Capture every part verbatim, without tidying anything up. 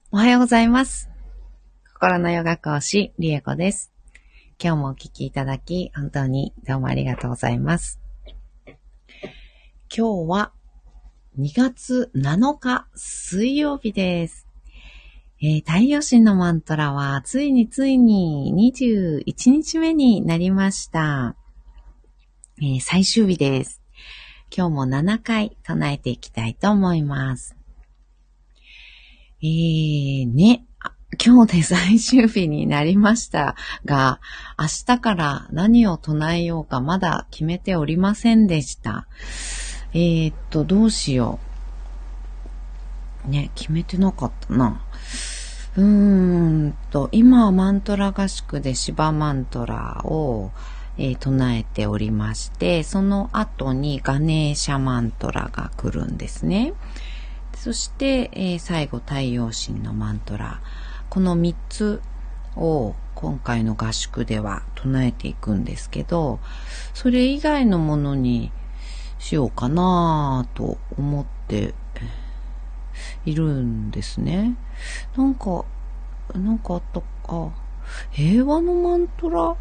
おはようございます。心のヨガ講師、リエコです。今日もお聞きいただき、本当にどうもありがとうございます。今日はにがつなのか水曜日です。えー、太陽神のマントラはついについににじゅういちにちめになりました。えー、最終日です。今日もななかい唱えていきたいと思います。えーね、今日で最終日になりましたが、明日から何を唱えようかまだ決めておりませんでした。えーっと、どうしよう。ね、決めてなかったな。うーんと、今マントラ合宿でシバマントラを、えー、唱えておりまして、その後にガネーシャマントラが来るんですね。そして、えー、最後太陽神のマントラ、このみっつを今回の合宿では唱えていくんですけど、それ以外のものにしようかなと思っているんですね。なんかなんかあったか、平和のマントラ、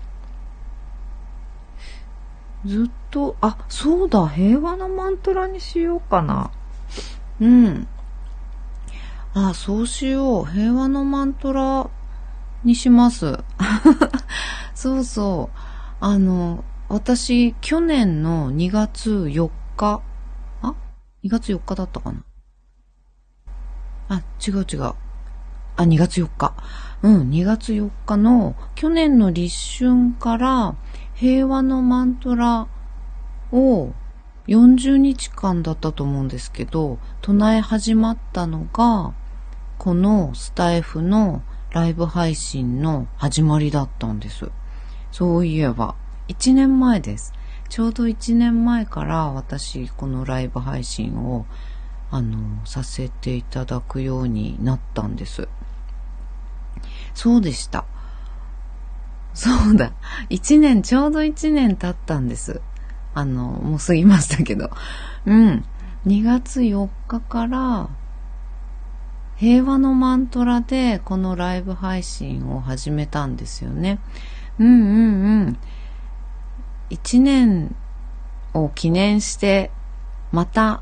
ずっとあそうだ平和のマントラにしようかな。うん。あ、そうしよう。平和のマントラにします。そうそう。あの、私、去年のにがつよっか、あ ?に 月よっかだったかな。あ、違う違う。あ、にがつよっか。うん、にがつよっかの去年の立春から平和のマントラをよんじゅうにちかんだったと思うんですけど、唱え始まったのが、このスタイフのライブ配信の始まりだったんです。そういえば、いちねんまえです。ちょうどいちねんまえから私、このライブ配信を、あの、させていただくようになったんです。そうでした。そうだ。いちねん、ちょうどいちねん経ったんです。あの、もう過ぎましたけど。うん。にがつよっかから平和のマントラでこのライブ配信を始めたんですよね。うんうんうん。いちねんを記念してまた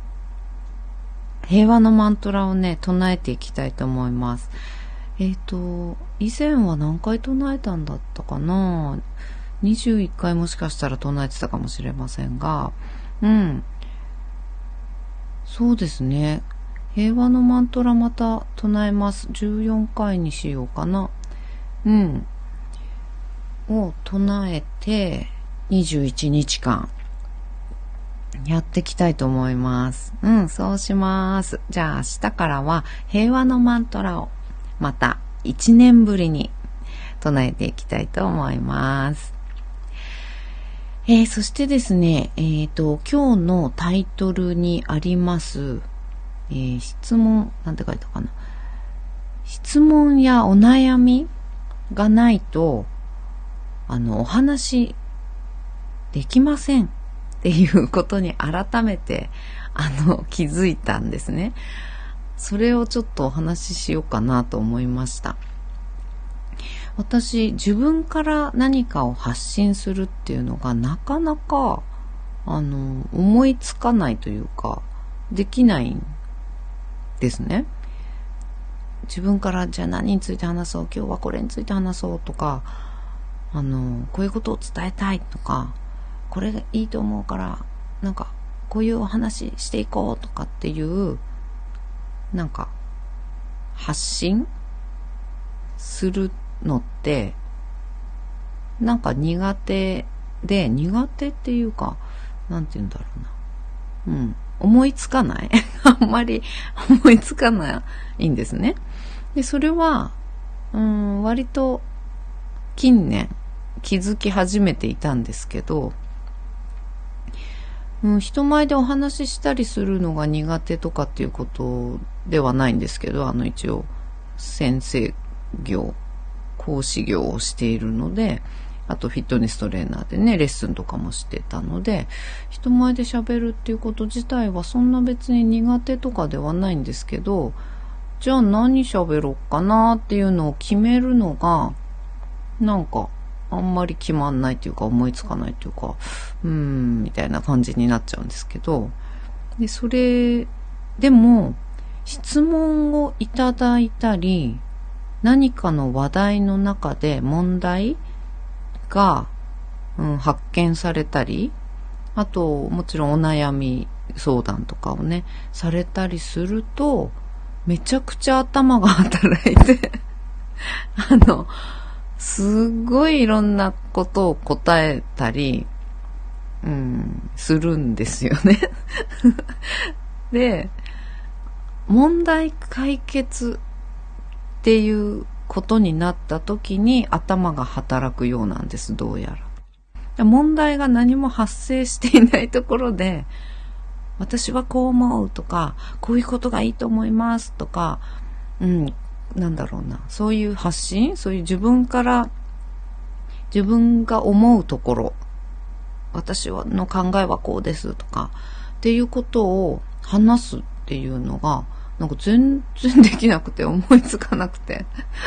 平和のマントラをね、唱えていきたいと思います。えっと、以前は何回唱えたんだったかな？にじゅういっかいもしかしたら唱えてたかもしれませんが、うん。そうですね。平和のマントラまた唱えます。じゅうよんかいにしようかな。うん。を唱えて、にじゅういちにちかんやっていきたいと思います。うん、そうします。じゃあ明日からは平和のマントラをまたいちねんぶりに唱えていきたいと思います。えー、そしてですね、えっと、今日のタイトルにあります、えー、質問、なんて書いたかな。質問やお悩みがないと、あの、お話できませんっていうことに改めて、あの、気づいたんですね。それをちょっとお話ししようかなと思いました。私、自分から何かを発信するっていうのがなかなか、あの、思いつかないというか、できないんですね。自分からじゃあ何について話そう、今日はこれについて話そうとか、あの、こういうことを伝えたいとか、これがいいと思うから、なんか、こういうお話していこうとかっていう、なんか、発信するのって、なんか苦手で、苦手っていうか、なんて言うんだろうな。うん。思いつかない。あんまり思いつかないんですね。で、それは、うん、割と近年気づき始めていたんですけど、うん、人前でお話ししたりするのが苦手とかっていうことではないんですけど、あの一応先生業、講師業をしているので、あとフィットネストレーナーでね、レッスンとかもしてたので、人前で喋るっていうこと自体はそんな別に苦手とかではないんですけど、 じゃあ何喋ろうかなっていうのを決めるのが、なんか、あんまり決まんないというか、思いつかないというか、うーん、みたいな感じになっちゃうんですけど、で、それ、でも、質問をいただいたり、何かの話題の中で問題が、うん、発見されたり、あと、もちろんお悩み相談とかをね、されたりすると、めちゃくちゃ頭が働いて、あの、すっごいいろんなことを答えたり、うん、するんですよね。で、問題解決っていうことになった時に頭が働くようなんです、どうやら。問題が何も発生していないところで、私はこう思うとか、こういうことがいいと思いますとか、うん、なんだろうな、そういう発信、そういう自分から自分が思うところ、私の考えはこうですとかっていうことを話すっていうのがなんか全然できなくて、思いつかなくて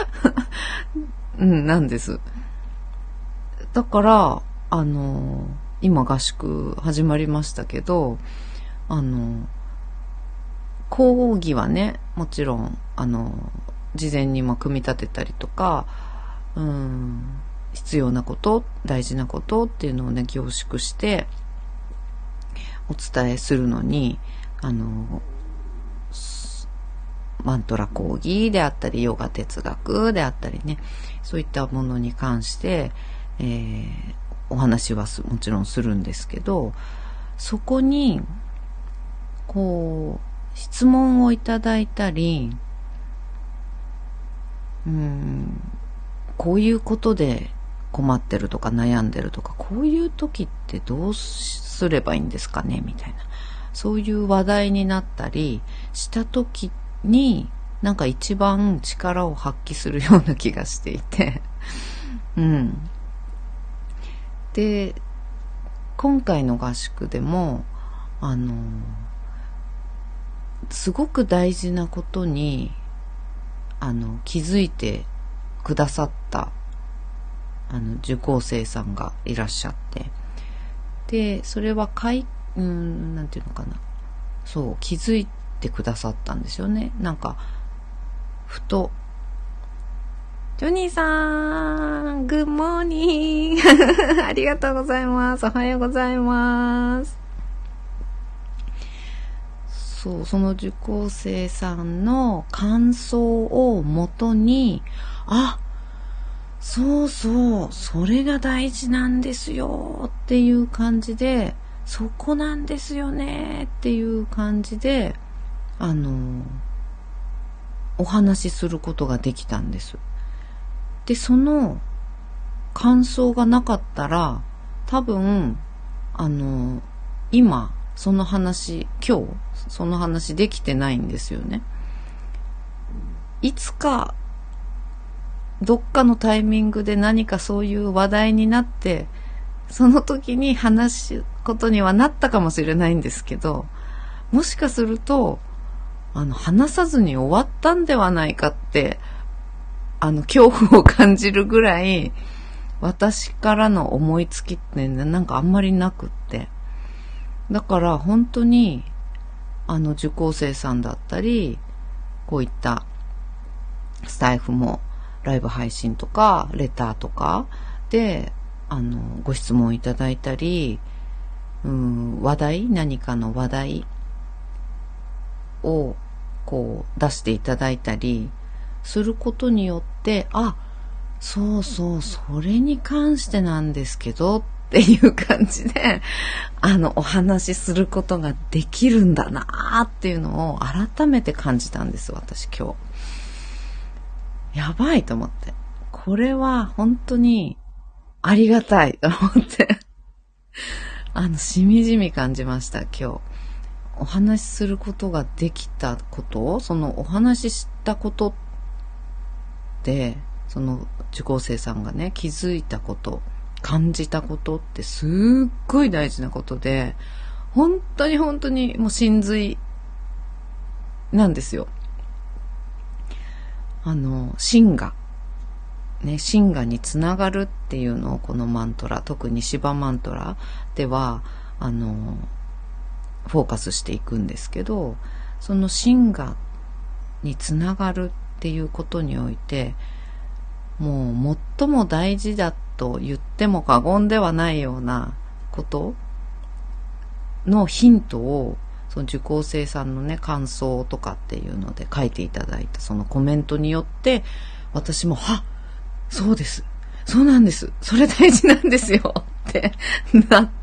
うんなんです。だからあの今合宿始まりましたけど、あの講義はね、もちろんあの事前にまあ組み立てたりとか、うん必要なこと、大事なことっていうのをね、凝縮してお伝えするのに、あの、マントラ講義であったり、ヨガ哲学であったりね、そういったものに関して、えー、お話はもちろんするんですけど、そこに、こう、質問をいただいたり、うーん、こういうことで困ってるとか悩んでるとか、こういう時ってどうすればいいんですかねみたいな、そういう話題になったりした時に、なんか一番力を発揮するような気がしていてうんで、今回の合宿でもあのすごく大事なことにあの気づいてくださったあの受講生さんがいらっしゃって、でそれはかいうんなんていうのかな、そう気づいてくださったんですよね。なんかふと、ジョニーさんグッモーニングありがとうございます、おはようございます。そう、その受講生さんの感想をもとに、あ、そうそう、それが大事なんですよっていう感じで、そこなんですよねっていう感じで、あの、お話しすることができたんです。で、その感想がなかったら、多分、あの、今、その話、今日、その話できてないんですよね。いつか、どっかのタイミングで何かそういう話題になって、その時に話すことにはなったかもしれないんですけど、もしかすると、あの、話さずに終わったんではないかって、あの、恐怖を感じるぐらい、私からの思いつきってなんかあんまりなくって。だから本当に、あの、受講生さんだったり、こういったスタイフも、ライブ配信とかレターとかであのご質問いただいたり、うん、話題何かの話題をこう出していただいたりすることによって、あ、そうそう、それに関してなんですけどっていう感じであのお話しすることができるんだなっていうのを改めて感じたんです、私今日。やばいと思って。これは本当にありがたいと思ってあの、しみじみ感じました、今日。お話しすることができたこと、そのお話ししたことで、その受講生さんがね、気づいたこと、感じたことってすっごい大事なことで、本当に本当にもう真髄なんですよ。 あの、真我。ね、真我につながるっていうのをこのマントラ、特にシバマントラでは、あの、フォーカスしていくんですけど、その真我につながるっていうことにおいて、もう最も大事だと言っても過言ではないようなことのヒントを、その受講生さんのね、感想とかっていうので書いていただいたそのコメントによって、私も、はっ、そうです。そうなんです。それ大事なんですよってなって、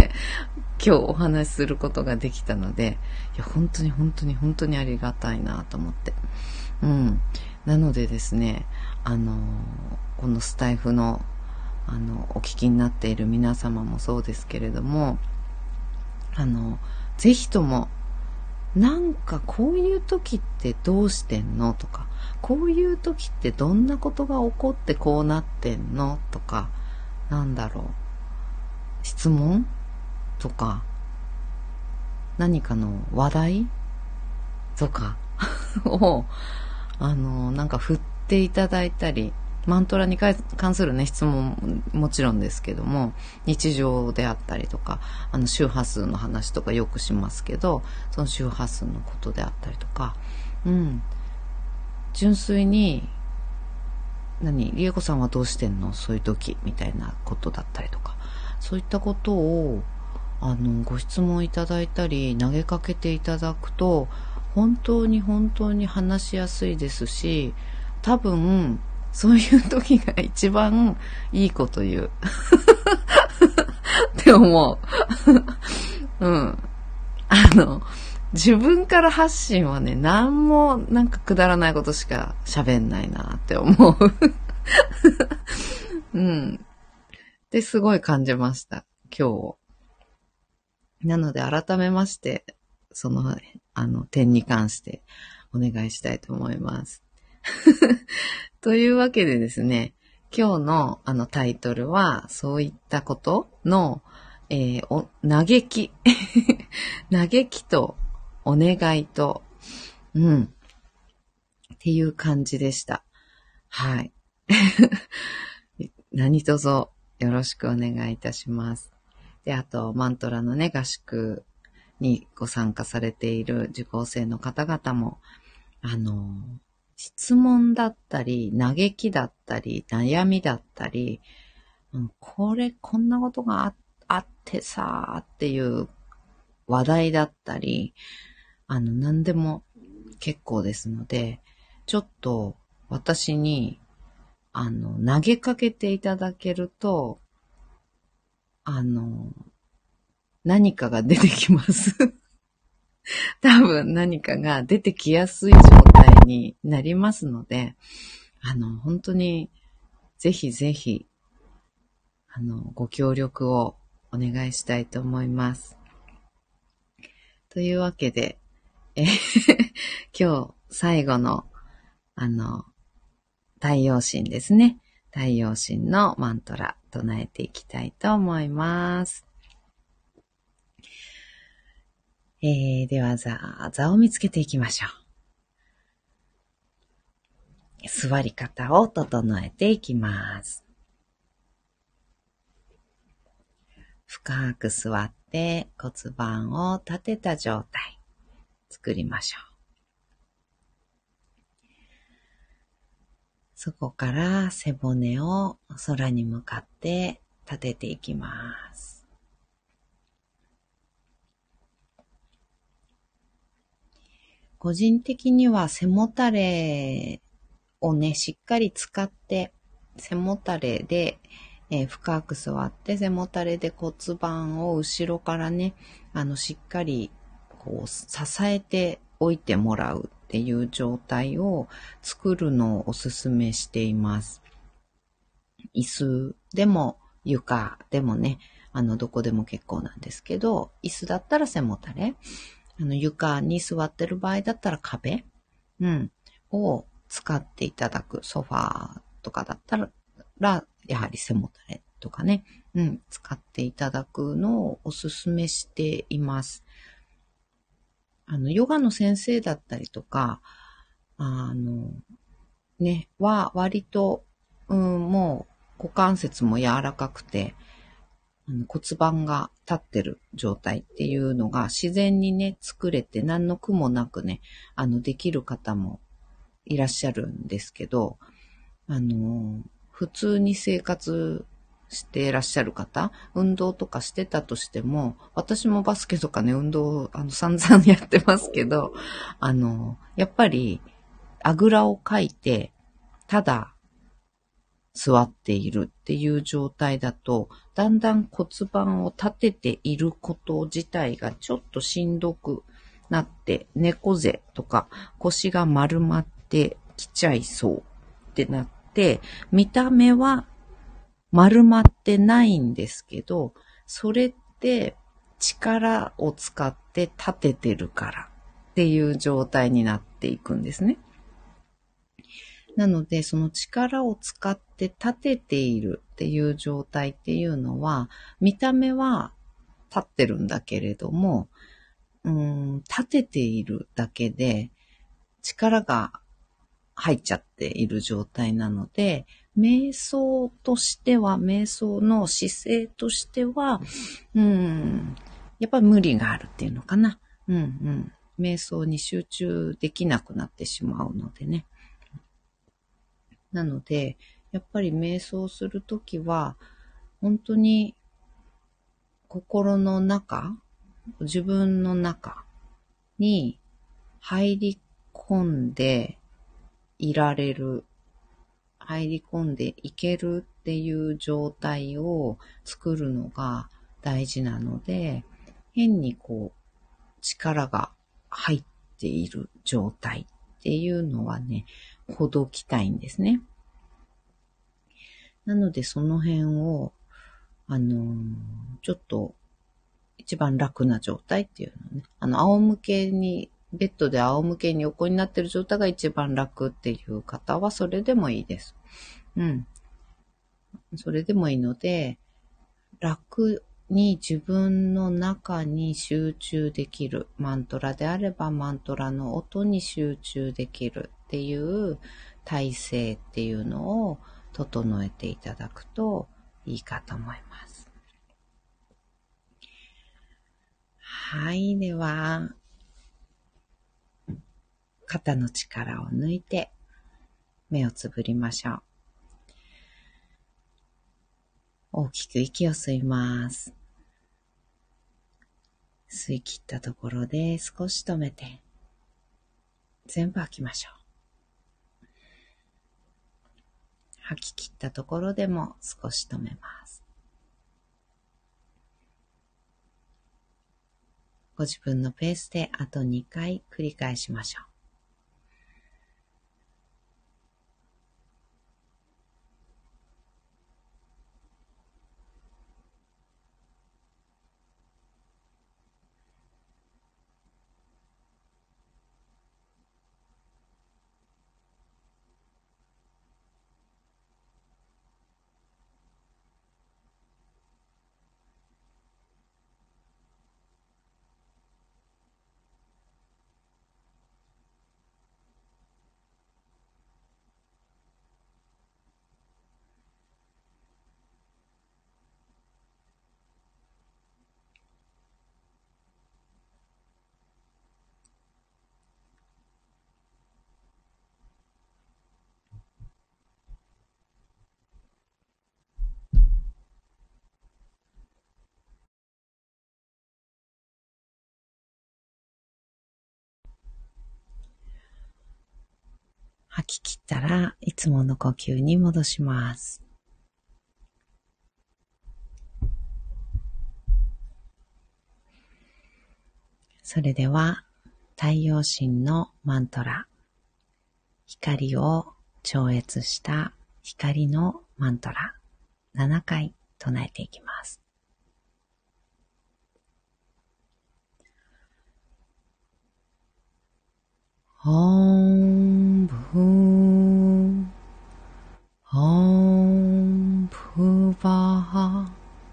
今日お話しすることができたので、いや、本当に本当に本当にありがたいなと思って。うん。なのでですね、あの、このスタイフの、あの、お聞きになっている皆様もそうですけれども、あの、ぜひとも、なんかこういう時ってどうしてんのとか、こういう時ってどんなことが起こってこうなってんのとか、なんだろう、質問とか、何かの話題とかを、あの、なんか振っていただいたり、マントラに関するね、質問ももちろんですけども、日常であったりとか、あの、周波数の話とかよくしますけど、その周波数のことであったりとか、うん。純粋に、何、りえこさんはどうしてんのそういう時、みたいなことだったりとか、そういったことを、あの、ご質問いただいたり、投げかけていただくと、本当に本当に話しやすいですし、多分、そういう時が一番いいこと言う。って思う。うん。あの、自分から発信はね、なんもなんかくだらないことしか喋んないなって思う。うん。で、すごい感じました。今日。なので改めまして、その、あの、点に関してお願いしたいと思います。というわけでですね、今日のあのタイトルは、そういったことの、えー、お、嘆き。嘆きとお願いと、うん。っていう感じでした。はい。何卒よろしくお願いいたします。で、あと、マントラのね、合宿にご参加されている受講生の方々も、あの、質問だったり、嘆きだったり、悩みだったり、うん、これ、こんなことが あ, あってさーっていう話題だったり、あの、何でも結構ですので、ちょっと私に、あの、投げかけていただけると、あの、何かが出てきます。多分何かが出てきやすい状態になりますので、あの、本当にぜひぜひ、あの、ご協力をお願いしたいと思います。というわけで、え今日最後の、あの、太陽神ですね。太陽神のマントラ唱えていきたいと思います。えー、では座、座を見つけていきましょう。座り方を整えていきます。深く座って骨盤を立てた状態作りましょう。そこから背骨を空に向かって立てていきます。個人的には背もたれをね、しっかり使って背もたれで、えー、深く座って背もたれで骨盤を後ろからね、あのしっかりこう支えておいてもらうっていう状態を作るのをおすすめしています。椅子でも床でもね、あのどこでも結構なんですけど、椅子だったら背もたれ、あの床に座ってる場合だったら壁、うん、を使っていただく。ソファーとかだったら、やはり背もたれとかね、うん、使っていただくのをおすすめしています。あの、ヨガの先生だったりとか、あの、 ね、は割と、うん、もう股関節も柔らかくて、あの骨盤が立ってる状態っていうのが自然にね、作れて何の苦もなくね、あの、できる方もいらっしゃるんですけど、あの、普通に生活していらっしゃる方、運動とかしてたとしても、私もバスケとかね、運動、あの、散々やってますけど、あの、やっぱり、あぐらをかいて、ただ座っているっていう状態だと、だんだん骨盤を立てていること自体がちょっとしんどくなって、猫背とか腰が丸まってきちゃいそうってなって、見た目は丸まってないんですけど、それって力を使って立ててるからっていう状態になっていくんですね。なので、その力を使って立てているっていう状態っていうのは、見た目は立ってるんだけれども、うーん、立てているだけで力が入っちゃっている状態なので、瞑想としては、瞑想の姿勢としては、うーん、やっぱり無理があるっていうのかな。うんうん。瞑想に集中できなくなってしまうのでね。なので、やっぱり瞑想するときは、本当に心の中、自分の中に入り込んでいられる、入り込んでいけるっていう状態を作るのが大事なので、変にこう力が入っている状態っていうのはね、ほどきたいんですね。なのでその辺を、あのー、ちょっと一番楽な状態っていうのね、あの、仰向けに、ベッドで仰向けに横になってる状態が一番楽っていう方はそれでもいいです。うん。それでもいいので、楽に自分の中に集中できる。マントラであればマントラの音に集中できるっていう体勢っていうのを整えていただくといいかと思います。はい、では、肩の力を抜いて目をつぶりましょう。大きく息を吸います。吸い切ったところで少し止めて、全部吐きましょう。吐き切ったところでも少し止めます。ご自分のペースであとにかい繰り返しましょう。吐き切ったらいつもの呼吸に戻します。それでは太陽神のマントラ、光を超越した光のマントラななかい唱えていきます。オンブーオンプバハ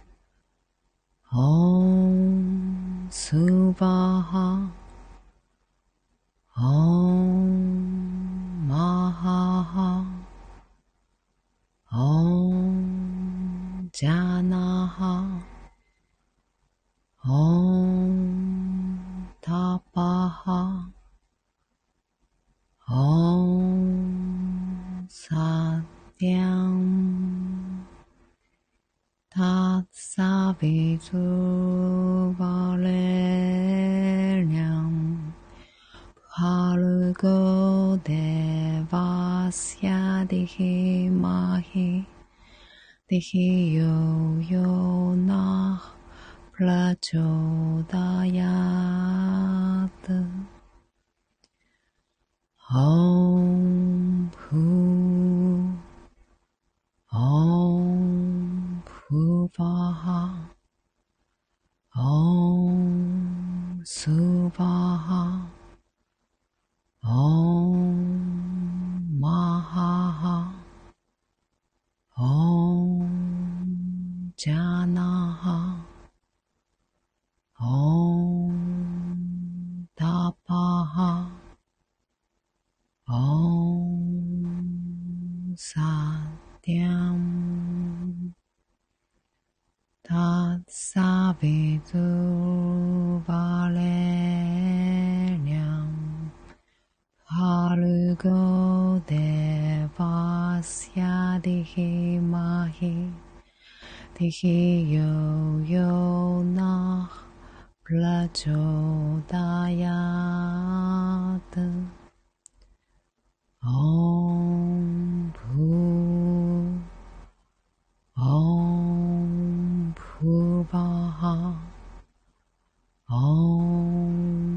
オンスバハオンマハハ Om Satyam Tatsaviturvarenyam Bhargo Devasya Dhimahi Dhiyo Yonah Prachodayat Om Bhu Om Bhuvaha Om Suvaha Om Mahaha Om Janaha Om Tapaha Om Satyam Tatsaviturvarenyam Bhargo Devasya Dhimahi Dhiyo Yonah Prachodayat Om Bhu Om Bhuvaha Om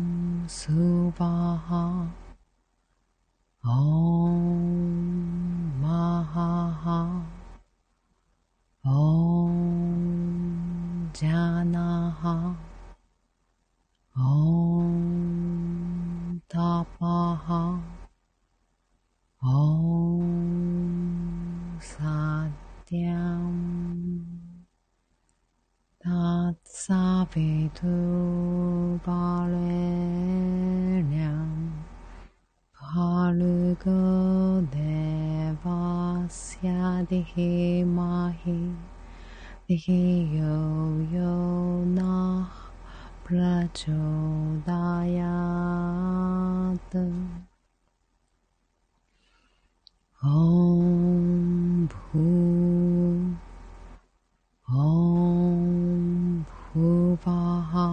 Suvaha Om Mahaha Om Janaha Om Tapaha Om Satyam Tatsaviturvarenyam Bhargo Devasya Dhimahi Dhiyo Yonah Prachodayat Om Bhu Om Bhuvaha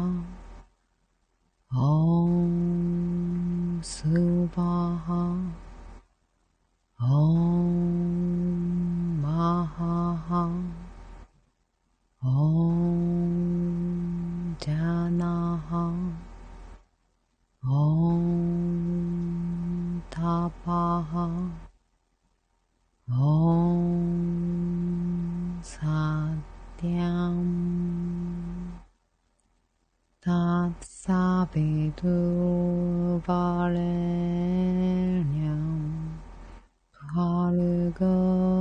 Om Suvaha Om Mahaha Om Janaha Om Tapaha Om Satyam Tatsaviturvarenyam Bhargo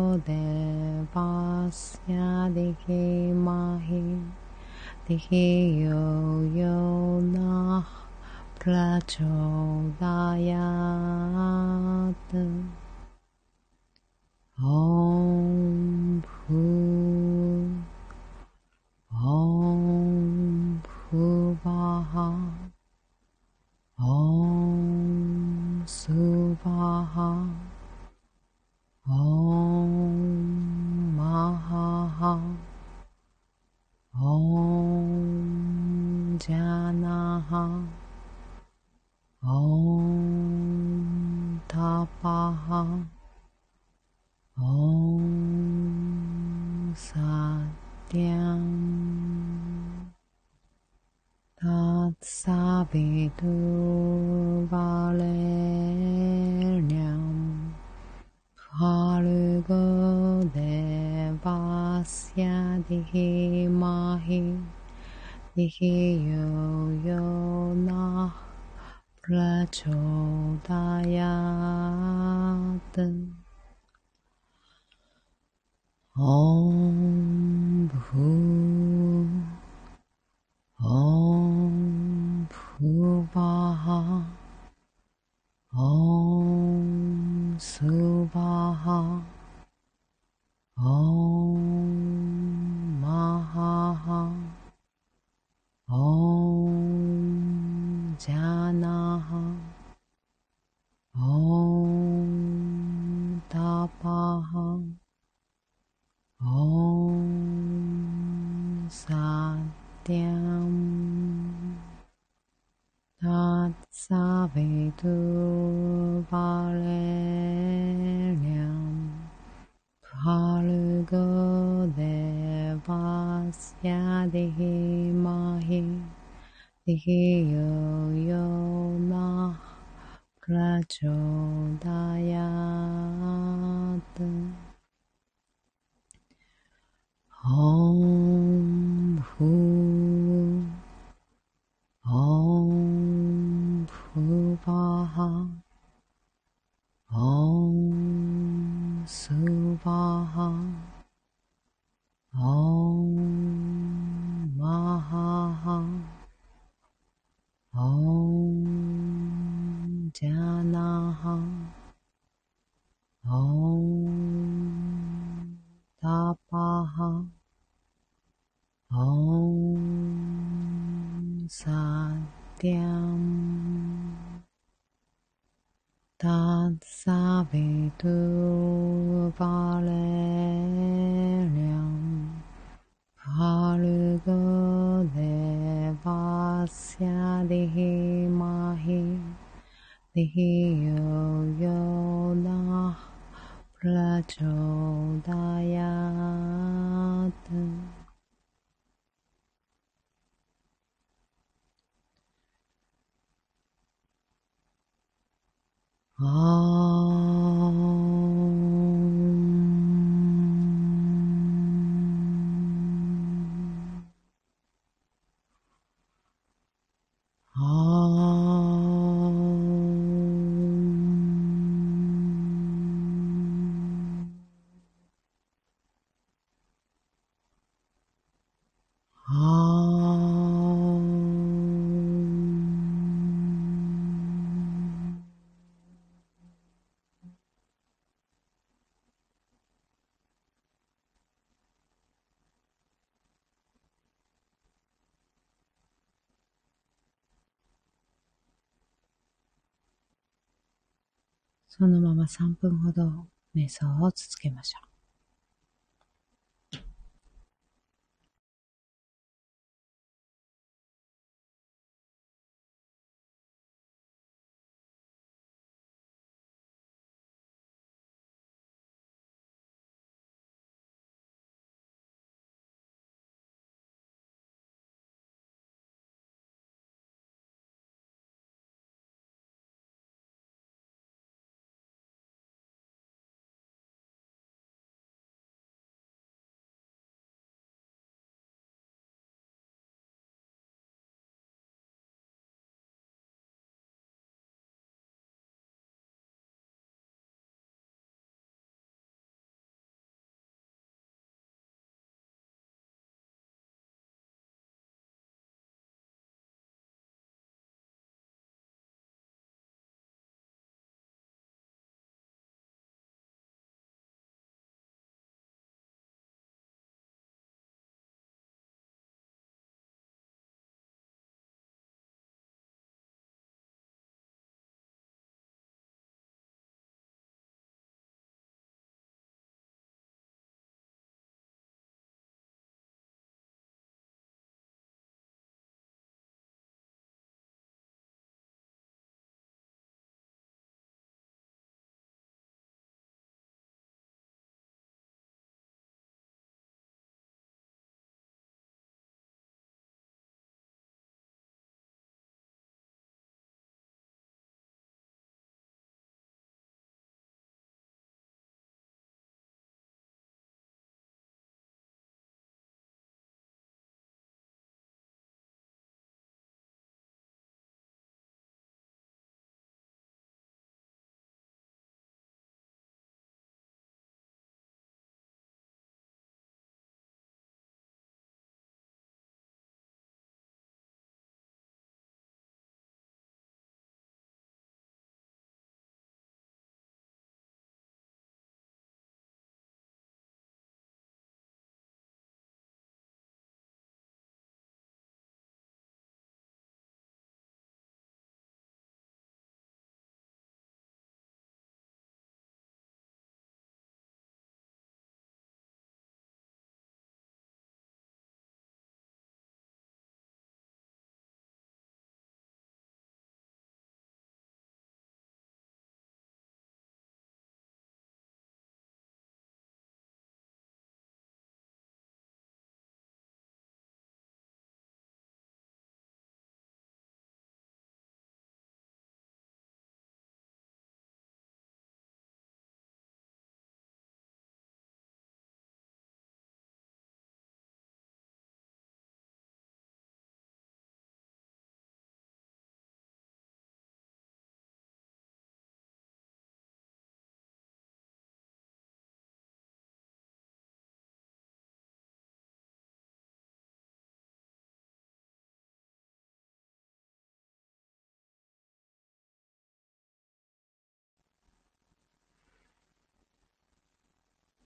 Devasya Dhimahi Dhiyo Yonah Prachodayat Om Bhu Om Bhuvaha Om Suvaha Om Mahaha Om Janaha Om Tapaha Om Satyam Tatsaviturvarenyam Bhargo Devasya Dhimahi Dhiyo Yonah Prachodayat Om Bhu Om Bhuvaha Om Suvaha Om Mahaha Om Janaha Om Valeriam Bhargo Devasya Dhimahi Dhiyo Yona Prachodayat Om Bhu Om Bhuvaha Om Suvaha Om Mahaha Om Janaha Om Tapaha Om Satyam Tatsavitu Valeriam Bhargo Devasya Dhimahi Dhiyo Yona Prachodayatそのままさんぷんほど瞑想を続けましょう。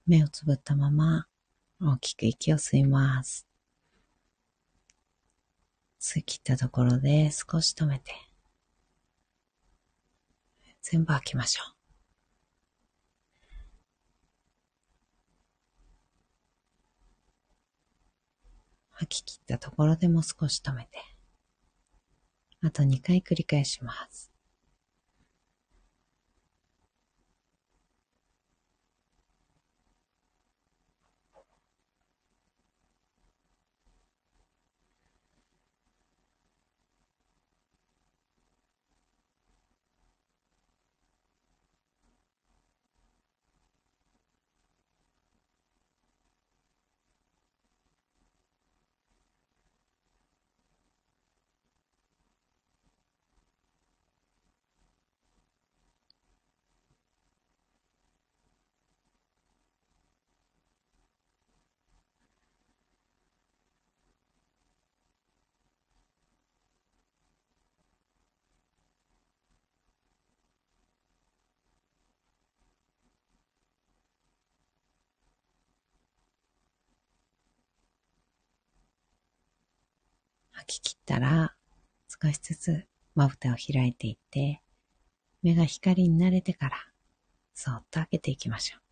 目をつぶったまま大きく息を吸います。吸い切ったところで少し止めて、全部吐きましょう。吐き切ったところでも少し止めて、あとにかい繰り返します。吐き切ったら少しずつまぶたを開いていって、目が光に慣れてからそっと開けていきましょう。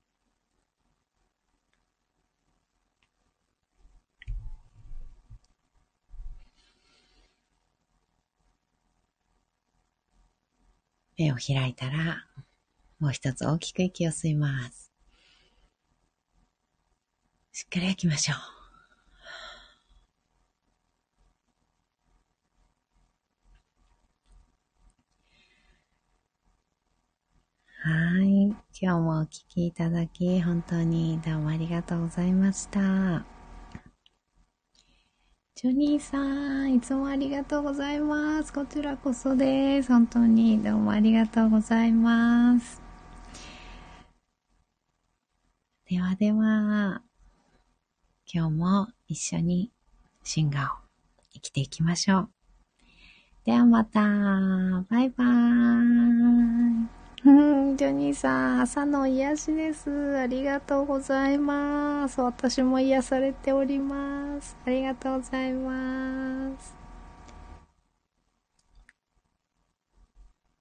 目を開いたらもう一つ大きく息を吸います。しっかり吐きましょう。はい。今日もお聞きいただき、本当にどうもありがとうございました。ジョニーさん、いつもありがとうございます。こちらこそです。本当にどうもありがとうございます。ではでは、今日も一緒にシンガーを生きていきましょう。ではまた、バイバーイ。うん、ジョニーさん、朝の癒しです。ありがとうございます。私も癒されております。ありがとうございます。